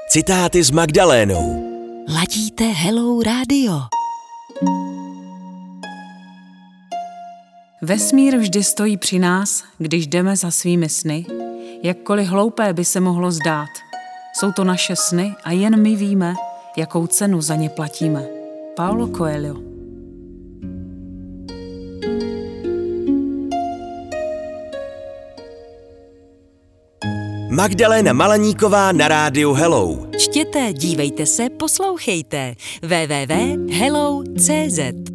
Citáty s Magdalénou. Ladíte Hello Radio. Vesmír vždy stojí při nás, když jdeme za svými sny, jakkoliv hloupé by se mohlo zdát. Jsou to naše sny a jen my víme, jakou cenu za ně platíme. Paulo Coelho. Magdaléna Malaníková na rádiu Hello. Čtěte, dívejte se, poslouchejte. www.hello.cz